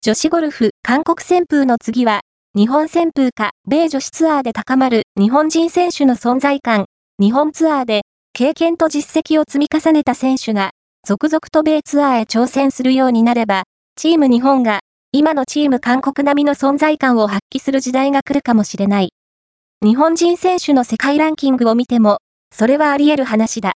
女子ゴルフ、韓国旋風の次は、日本旋風か、米女子ツアーで高まる日本人選手の存在感。日本ツアーで、経験と実績を積み重ねた選手が、続々と米ツアーへ挑戦するようになれば、チーム日本が、今のチーム韓国並みの存在感を発揮する時代が来るかもしれない。日本人選手の世界ランキングを見ても、それはあり得る話だ。